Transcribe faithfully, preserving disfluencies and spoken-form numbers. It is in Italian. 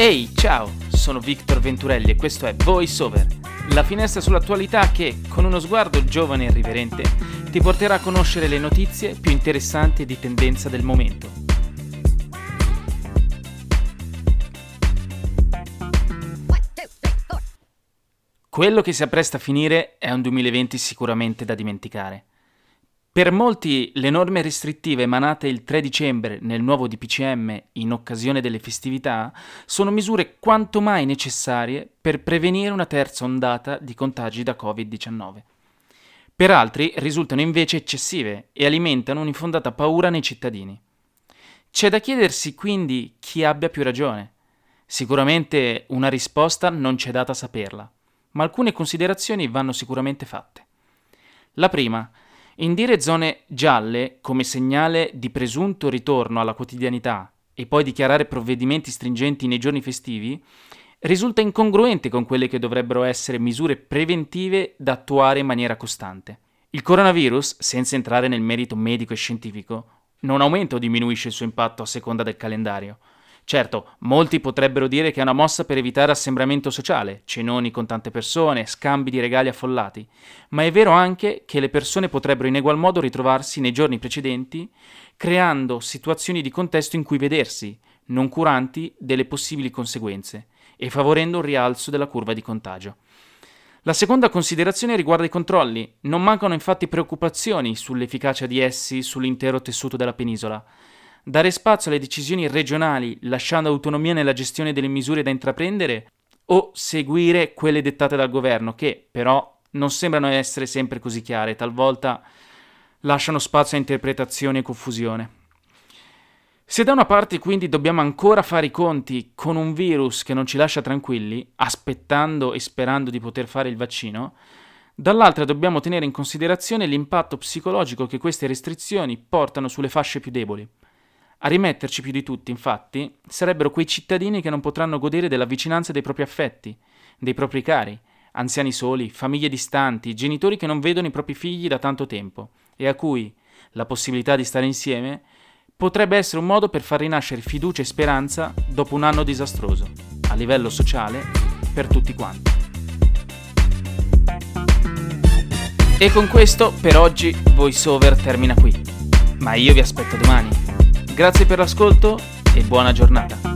Ehi, ciao, sono Victor Venturelli e questo è Voice Over, la finestra sull'attualità che, con uno sguardo giovane e irriverente, ti porterà a conoscere le notizie più interessanti e di tendenza del momento. Quello che si appresta a finire è un duemilaventi sicuramente da dimenticare. Per molti le norme restrittive emanate il tre dicembre nel nuovo D P C M in occasione delle festività sono misure quanto mai necessarie per prevenire una terza ondata di contagi da covid diciannove. Per altri risultano invece eccessive e alimentano un'infondata paura nei cittadini. C'è da chiedersi quindi chi abbia più ragione. Sicuramente una risposta non c'è data a saperla, ma alcune considerazioni vanno sicuramente fatte. La prima: indire zone gialle come segnale di presunto ritorno alla quotidianità e poi dichiarare provvedimenti stringenti nei giorni festivi risulta incongruente con quelle che dovrebbero essere misure preventive da attuare in maniera costante. Il coronavirus, senza entrare nel merito medico e scientifico, non aumenta o diminuisce il suo impatto a seconda del calendario. Certo, molti potrebbero dire che è una mossa per evitare assembramento sociale, cenoni con tante persone, scambi di regali affollati, ma è vero anche che le persone potrebbero in egual modo ritrovarsi nei giorni precedenti, creando situazioni di contesto in cui vedersi, non curanti delle possibili conseguenze, e favorendo un rialzo della curva di contagio. La seconda considerazione riguarda i controlli. Non mancano infatti preoccupazioni sull'efficacia di essi sull'intero tessuto della penisola. Dare spazio alle decisioni regionali, lasciando autonomia nella gestione delle misure da intraprendere, o seguire quelle dettate dal governo, che però non sembrano essere sempre così chiare, talvolta lasciano spazio a interpretazioni e confusione. Se da una parte quindi dobbiamo ancora fare i conti con un virus che non ci lascia tranquilli, aspettando e sperando di poter fare il vaccino, dall'altra dobbiamo tenere in considerazione l'impatto psicologico che queste restrizioni portano sulle fasce più deboli. A rimetterci più di tutti, infatti, sarebbero quei cittadini che non potranno godere della vicinanza dei propri affetti, dei propri cari, anziani soli, famiglie distanti, genitori che non vedono i propri figli da tanto tempo e a cui la possibilità di stare insieme potrebbe essere un modo per far rinascere fiducia e speranza dopo un anno disastroso, a livello sociale, per tutti quanti. E con questo, per oggi, Voice Over termina qui, ma io vi aspetto domani. Grazie per l'ascolto e buona giornata.